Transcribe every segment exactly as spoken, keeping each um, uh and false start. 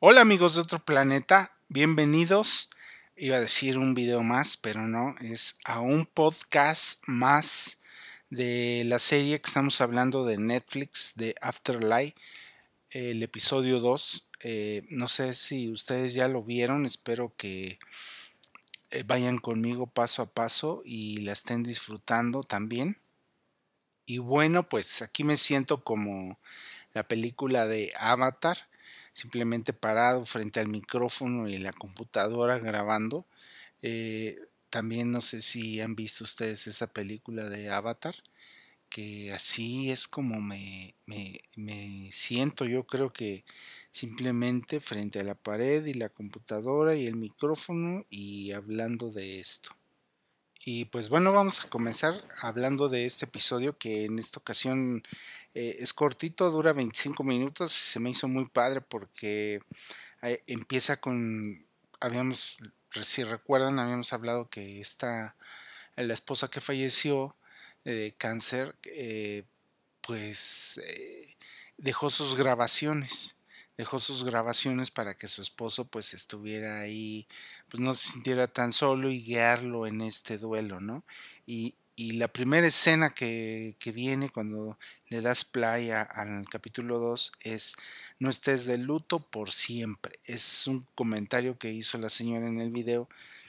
Hola amigos de otro planeta, bienvenidos. Iba a decir un video más, pero no, es a un podcast más de la serie que estamos hablando de Netflix, de Afterlife, el episodio dos. Eh, no sé si ustedes ya lo vieron, espero que eh, vayan conmigo paso a paso y la estén disfrutando también. Y bueno, pues aquí me siento como la película de Avatar, simplemente parado frente al micrófono y la computadora grabando. Eh, También no sé si han visto ustedes esa película de Avatar, que así es como me, me, me siento. Yo creo que simplemente frente a la pared y la computadora y el micrófono y hablando de esto. Y pues bueno, vamos a comenzar hablando de este episodio que en esta ocasión eh, es cortito, dura veinticinco minutos. Se me hizo muy padre porque eh, empieza con, habíamos, si recuerdan, habíamos hablado que esta, la esposa que falleció eh, de cáncer, eh, pues eh, dejó sus grabaciones, dejó sus grabaciones para que su esposo pues estuviera ahí, pues no se sintiera tan solo y guiarlo en este duelo, ¿no? Y, y la primera escena que, que viene cuando le das play a- al capítulo dos es no estés de luto por siempre. Es un comentario que hizo la señora en el video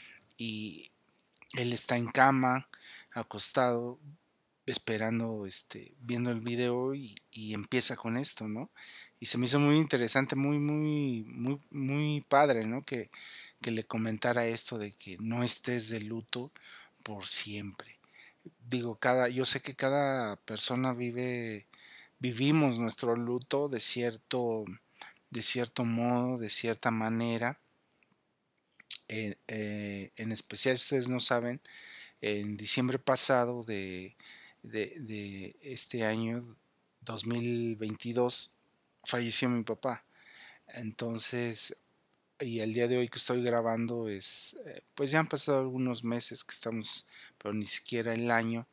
y él está en cama, acostado, esperando, este, viendo el video y, y empieza con esto, ¿no? Y se me hizo muy interesante, muy, muy, muy, muy padre, ¿no? Que, que le comentara esto de que no estés de luto por siempre. Digo, cada, yo sé que cada persona vive, vivimos nuestro luto de cierto, de cierto modo, de cierta manera. Eh, eh, en especial, ustedes no saben, en diciembre pasado de, de, de este año dos mil veintidós falleció mi papá. Entonces, y el día de hoy que estoy grabando es, eh, pues ya han pasado algunos meses que estamos, pero ni siquiera el año.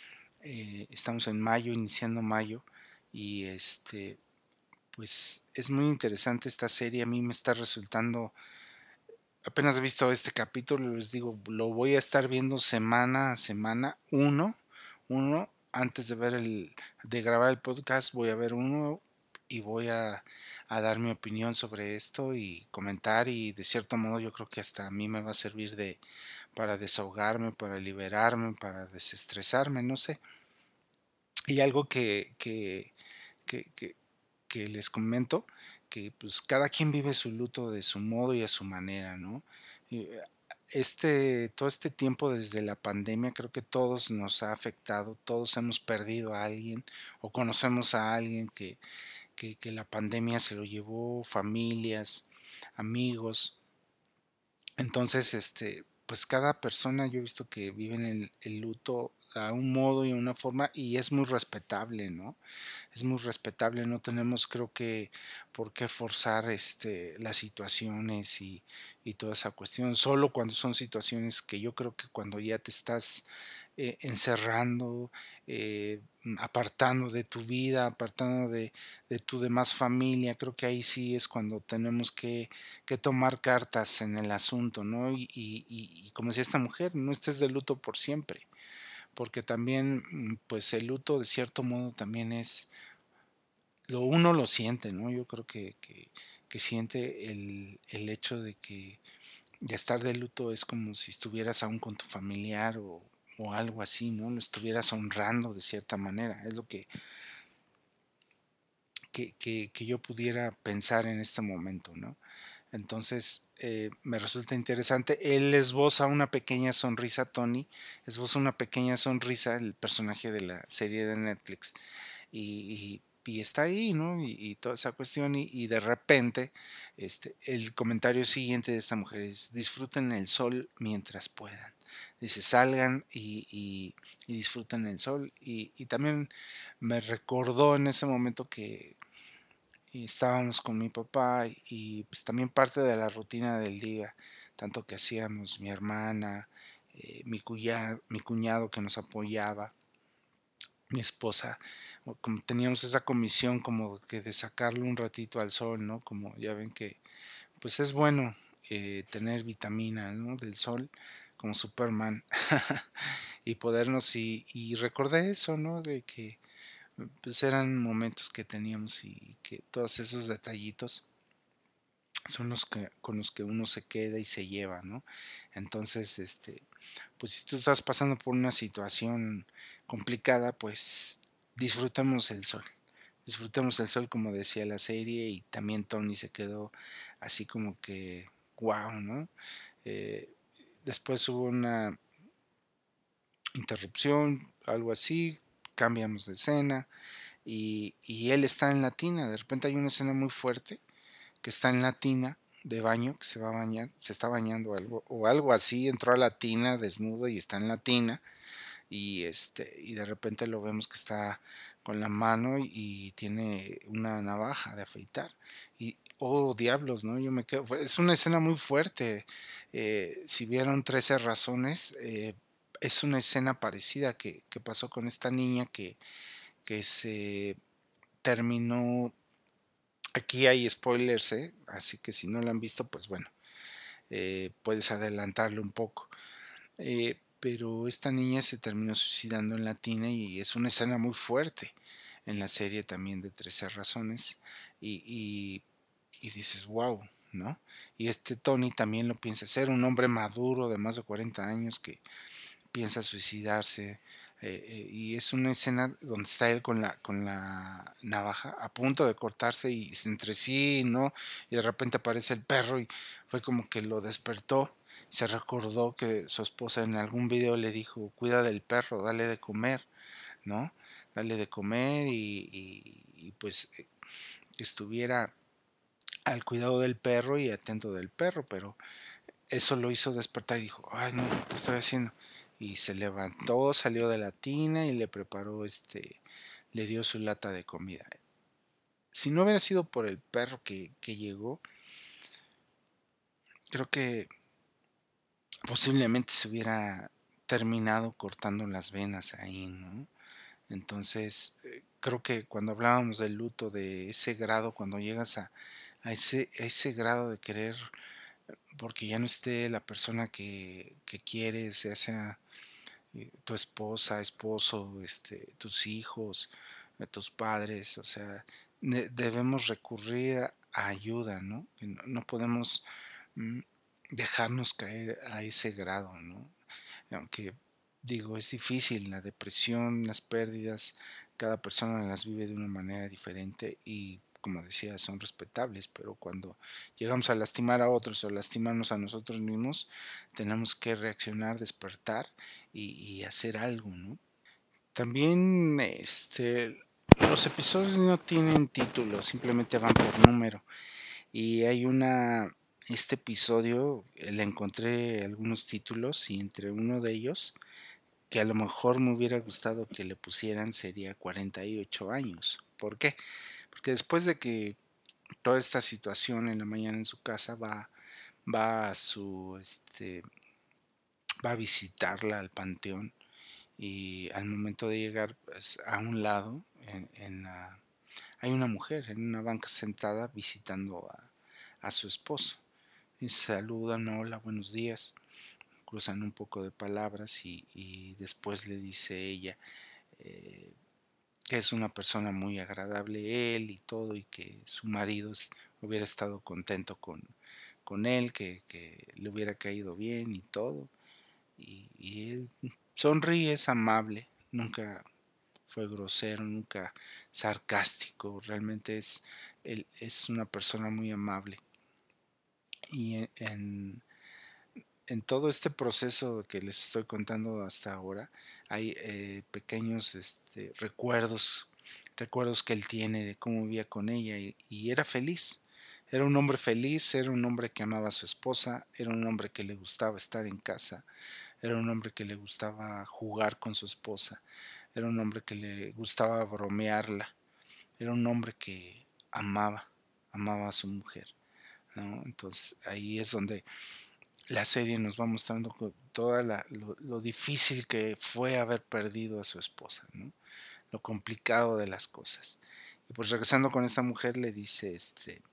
Eh, estamos en mayo, iniciando mayo, y este, pues es muy interesante esta serie. A mí me está resultando, apenas he visto este capítulo, les digo, lo voy a estar viendo semana a semana, uno, uno, antes de ver el, de grabar el podcast, voy a ver uno y voy a, a dar mi opinión sobre esto y comentar y de cierto modo yo creo que hasta a mí me va a servir de, para desahogarme, para liberarme, para desestresarme, no sé. Y algo que, que, que, que, que les comento, que pues cada quien vive su luto de su modo y a su manera, ¿no? Y este, todo este tiempo desde la pandemia creo que todos nos ha afectado, todos hemos perdido a alguien o conocemos a alguien que, que, que la pandemia se lo llevó, familias, amigos. Entonces, este, pues cada persona yo he visto que vive en el, el luto a un modo y a una forma y es muy respetable, ¿no? Es muy respetable, no tenemos creo que por qué forzar este, las situaciones y, y toda esa cuestión, solo cuando son situaciones que yo creo que cuando ya te estás eh, encerrando, eh, apartando de tu vida, apartando de, de, tu demás familia, creo que ahí sí es cuando tenemos que, que tomar cartas en el asunto, ¿no? Y, y, y, y como decía esta mujer, no estés de luto por siempre, porque también, mm, pues el luto de cierto modo también es, lo uno lo siente, ¿no? Yo creo que, que, que siente el, el hecho de que ya estar de luto es como si estuvieras aún con tu familiar o, o algo así, ¿no? Lo estuvieras honrando de cierta manera. Es lo que, que, que, que yo pudiera pensar en este momento, ¿no? Entonces eh, me resulta interesante. Él esboza una pequeña sonrisa, Tony, esboza una pequeña sonrisa, el personaje de la serie de Netflix, y, y, y está ahí, ¿no? Y, y toda esa cuestión, y, y, de repente este, el comentario siguiente de esta mujer es: disfruten el sol mientras puedan. Dice, salgan y, y, y disfruten el sol. Y, y también me recordó en ese momento que y estábamos con mi papá y pues también parte de la rutina del día, tanto que hacíamos mi hermana, eh, mi, cuñado, mi cuñado que nos apoyaba, mi esposa, como teníamos esa comisión como que de sacarlo un ratito al sol, ¿no? Como ya ven que pues es bueno eh, tener vitamina, ¿no? Del sol, como Superman, y podernos, y, y recordé eso, ¿no? De que pues eran momentos que teníamos y que todos esos detallitos son los que con los que uno se queda y se lleva, ¿no? Entonces, este, pues si tú estás pasando por una situación complicada, pues disfrutamos el sol. Disfrutemos el sol, como decía la serie, y también Tony se quedó así como que, wow, ¿no? Eh, Después hubo una interrupción, algo así, cambiamos de escena y, y él está en la tina. De repente hay una escena muy fuerte que está en la tina de baño, que se va a bañar, se está bañando algo, o algo así, entró a la tina desnudo y está en la tina y este y de repente lo vemos que está con la mano y, y tiene una navaja de afeitar y oh diablos, no, yo me quedo, es una escena muy fuerte. Eh, si vieron trece razones, eh, es una escena parecida que, que pasó con esta niña que, que se terminó. Aquí hay spoilers, ¿eh? Así que si no la han visto, pues bueno, eh, puedes adelantarle un poco. Eh, pero esta niña se terminó suicidando en la tina y es una escena muy fuerte en la serie también de trece razones y, y, y dices, wow, ¿no? Y este Tony también lo piensa hacer, un hombre maduro de más de cuarenta años que piensa suicidarse, eh, eh, y es una escena donde está él con la, con la navaja a punto de cortarse y entre sí, ¿no? Y de repente aparece el perro y fue como que lo despertó. Se recordó que su esposa en algún video le dijo, cuida del perro, dale de comer, ¿no? Dale de comer y, y, y pues eh, que estuviera al cuidado del perro y atento del perro, pero eso lo hizo despertar y dijo, ay no, ¿qué estoy haciendo? Y se levantó, salió de la tina y le preparó este, le dio su lata de comida. Si no hubiera sido por el perro que, que llegó, creo que posiblemente se hubiera terminado cortando las venas ahí, ¿no? Entonces, eh, creo que cuando hablábamos del luto, de ese grado, cuando llegas a, a ese, a ese grado de querer, porque ya no esté la persona que, que quieres, ya sea eh, tu esposa, esposo, este, tus hijos, eh, tus padres, o sea, ne- debemos recurrir a, a ayuda, ¿no? Que no, no podemos mm, dejarnos caer a ese grado, ¿no? Aunque digo, es difícil, la depresión, las pérdidas, cada persona las vive de una manera diferente y como decía, son respetables, pero cuando llegamos a lastimar a otros o lastimarnos a nosotros mismos, tenemos que reaccionar, despertar y, y hacer algo, ¿no? También este, los episodios no tienen título, simplemente van por número. Y hay una, este episodio, eh, le encontré algunos títulos y entre uno de ellos, que a lo mejor me hubiera gustado que le pusieran, sería cuarenta y ocho años. ¿Por qué? Porque después de que toda esta situación en la mañana en su casa va, va a su, este, va a visitarla al panteón y al momento de llegar pues, a un lado, en, en la, hay una mujer en una banca sentada visitando a, a su esposo. Y saludan, hola, buenos días, cruzan un poco de palabras y, y después le dice ella eh, que es una persona muy agradable él y todo y que su marido hubiera estado contento con, con él, que, que le hubiera caído bien y todo. Y, y él sonríe, es amable, nunca fue grosero, nunca sarcástico, realmente es, él es una persona muy amable. Y en, en, en todo este proceso que les estoy contando hasta ahora, hay eh, pequeños este, recuerdos, recuerdos que él tiene de cómo vivía con ella y, y era feliz. Era un hombre feliz, era un hombre que amaba a su esposa, era un hombre que le gustaba estar en casa, era un hombre que le gustaba jugar con su esposa, era un hombre que le gustaba bromearla, era un hombre que amaba, amaba a su mujer, ¿no? Entonces ahí es donde la serie nos va mostrando toda la, lo, lo, difícil que fue haber perdido a su esposa, ¿no? lo complicado de las cosas. Y pues regresando con esta mujer le dice este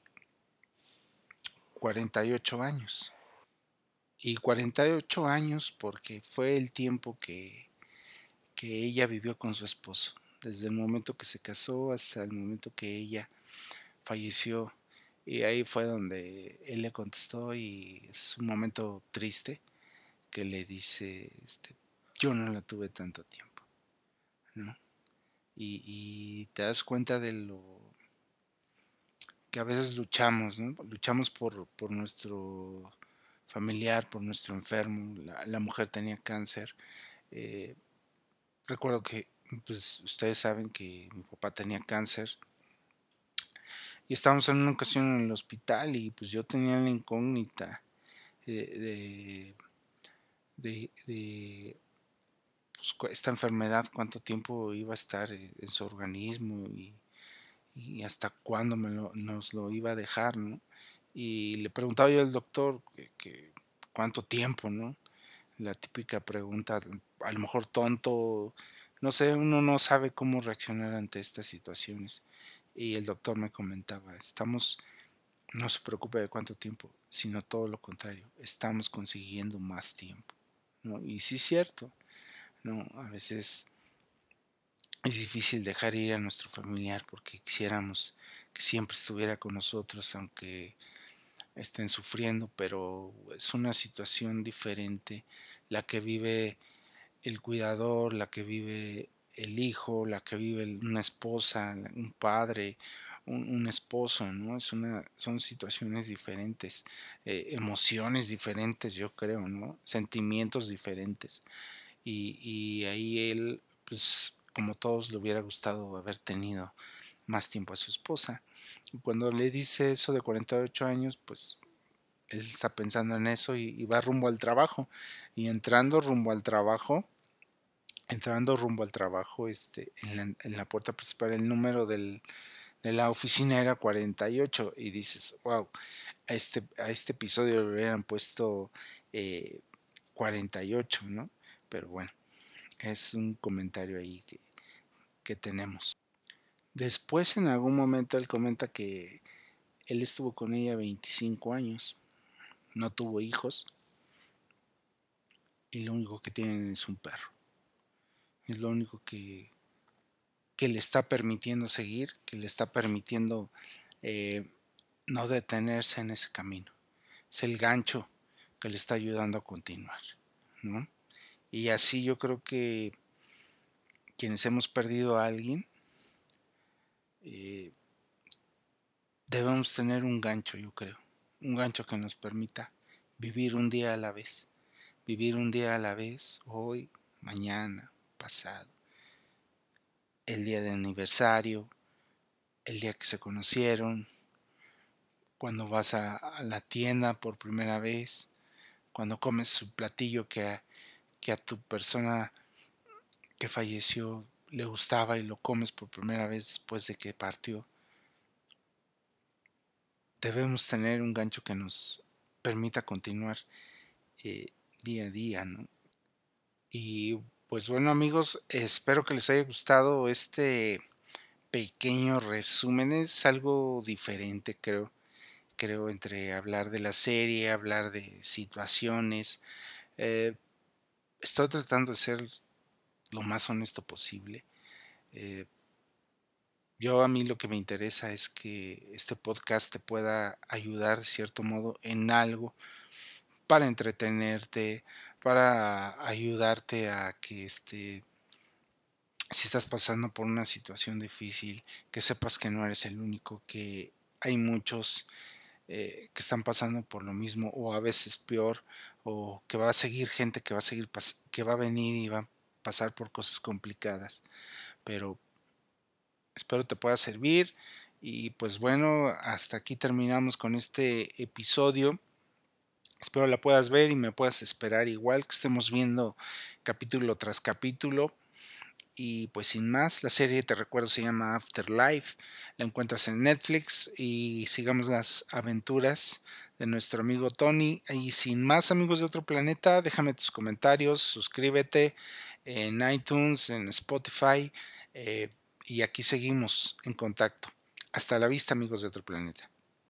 cuarenta y ocho años. Y cuarenta y ocho años porque fue el tiempo que, que ella vivió con su esposo. Desde el momento que se casó hasta el momento que ella falleció. Y ahí fue donde él le contestó y es un momento triste que le dice, este, yo no la tuve tanto tiempo, ¿no? Y, y te das cuenta de lo que a veces luchamos, ¿no? Luchamos por, por nuestro familiar, por nuestro enfermo. La, la mujer tenía cáncer. Eh, recuerdo que, pues ustedes saben que mi papá tenía cáncer y estábamos en una ocasión en el hospital y pues yo tenía la incógnita de, de, de pues, esta enfermedad, cuánto tiempo iba a estar en su organismo y, y hasta cuándo me lo, nos lo iba a dejar, ¿no? Y le preguntaba yo al doctor que, que cuánto tiempo, ¿no? La típica pregunta, a lo mejor tonto, no sé, uno no sabe cómo reaccionar ante estas situaciones. Y el doctor me comentaba, estamos, no se preocupe de cuánto tiempo, sino todo lo contrario, estamos consiguiendo más tiempo, ¿no? Y sí es cierto, ¿no? A veces es difícil dejar ir a nuestro familiar porque quisiéramos que siempre estuviera con nosotros, aunque estén sufriendo, pero es una situación diferente la que vive el cuidador, la que vive el hijo, la que vive una esposa, un padre, un, un esposo, ¿no? Es una, son situaciones diferentes, eh, emociones diferentes, yo creo, ¿no? Sentimientos diferentes. Y, y ahí él, pues como todos le hubiera gustado haber tenido más tiempo a su esposa. Y cuando le dice eso de cuarenta y ocho años, pues él está pensando en eso y, y va rumbo al trabajo. Y entrando rumbo al trabajo, entrando rumbo al trabajo, este, en la, en la puerta principal, el número del, de la oficina era cuarenta y ocho y dices, wow, a este, a este episodio le hubieran puesto eh, cuarenta y ocho, ¿no? Pero bueno, es un comentario ahí que, que tenemos. Después en algún momento él comenta que él estuvo con ella veinticinco años, no tuvo hijos y lo único que tienen es un perro. Es lo único que, que le está permitiendo seguir, que le está permitiendo eh, no detenerse en ese camino. Es el gancho que le está ayudando a continuar, ¿no? Y así yo creo que quienes hemos perdido a alguien, eh, debemos tener un gancho, yo creo. Un gancho que nos permita vivir un día a la vez. Vivir un día a la vez, hoy, mañana, pasado. El día de aniversario, el día que se conocieron, cuando vas a, a la tienda por primera vez, cuando comes su platillo que a, que a tu persona que falleció le gustaba y lo comes por primera vez después de que partió. Debemos tener un gancho que nos permita continuar eh, día a día, ¿no? Y pues bueno amigos, espero que les haya gustado este pequeño resumen. Es algo diferente, creo. Creo entre hablar de la serie, hablar de situaciones. Eh, estoy tratando de ser lo más honesto posible. Eh, yo a mí lo que me interesa es que este podcast te pueda ayudar de cierto modo en algo para entretenerte, para ayudarte a que este, si estás pasando por una situación difícil, que sepas que no eres el único, que hay muchos eh, que están pasando por lo mismo o a veces peor, o que va a seguir gente que va a seguir que va a venir y va a pasar por cosas complicadas, pero espero te pueda servir. Y pues bueno, hasta aquí terminamos con este episodio. Espero la puedas ver y me puedas esperar igual, que estemos viendo capítulo tras capítulo. Y pues sin más, la serie, te recuerdo, se llama Afterlife. La encuentras en Netflix y sigamos las aventuras de nuestro amigo Tony. Y sin más, amigos de otro planeta, déjame tus comentarios, suscríbete en iTunes, en Spotify, eh, y aquí seguimos en contacto. Hasta la vista, amigos de otro planeta.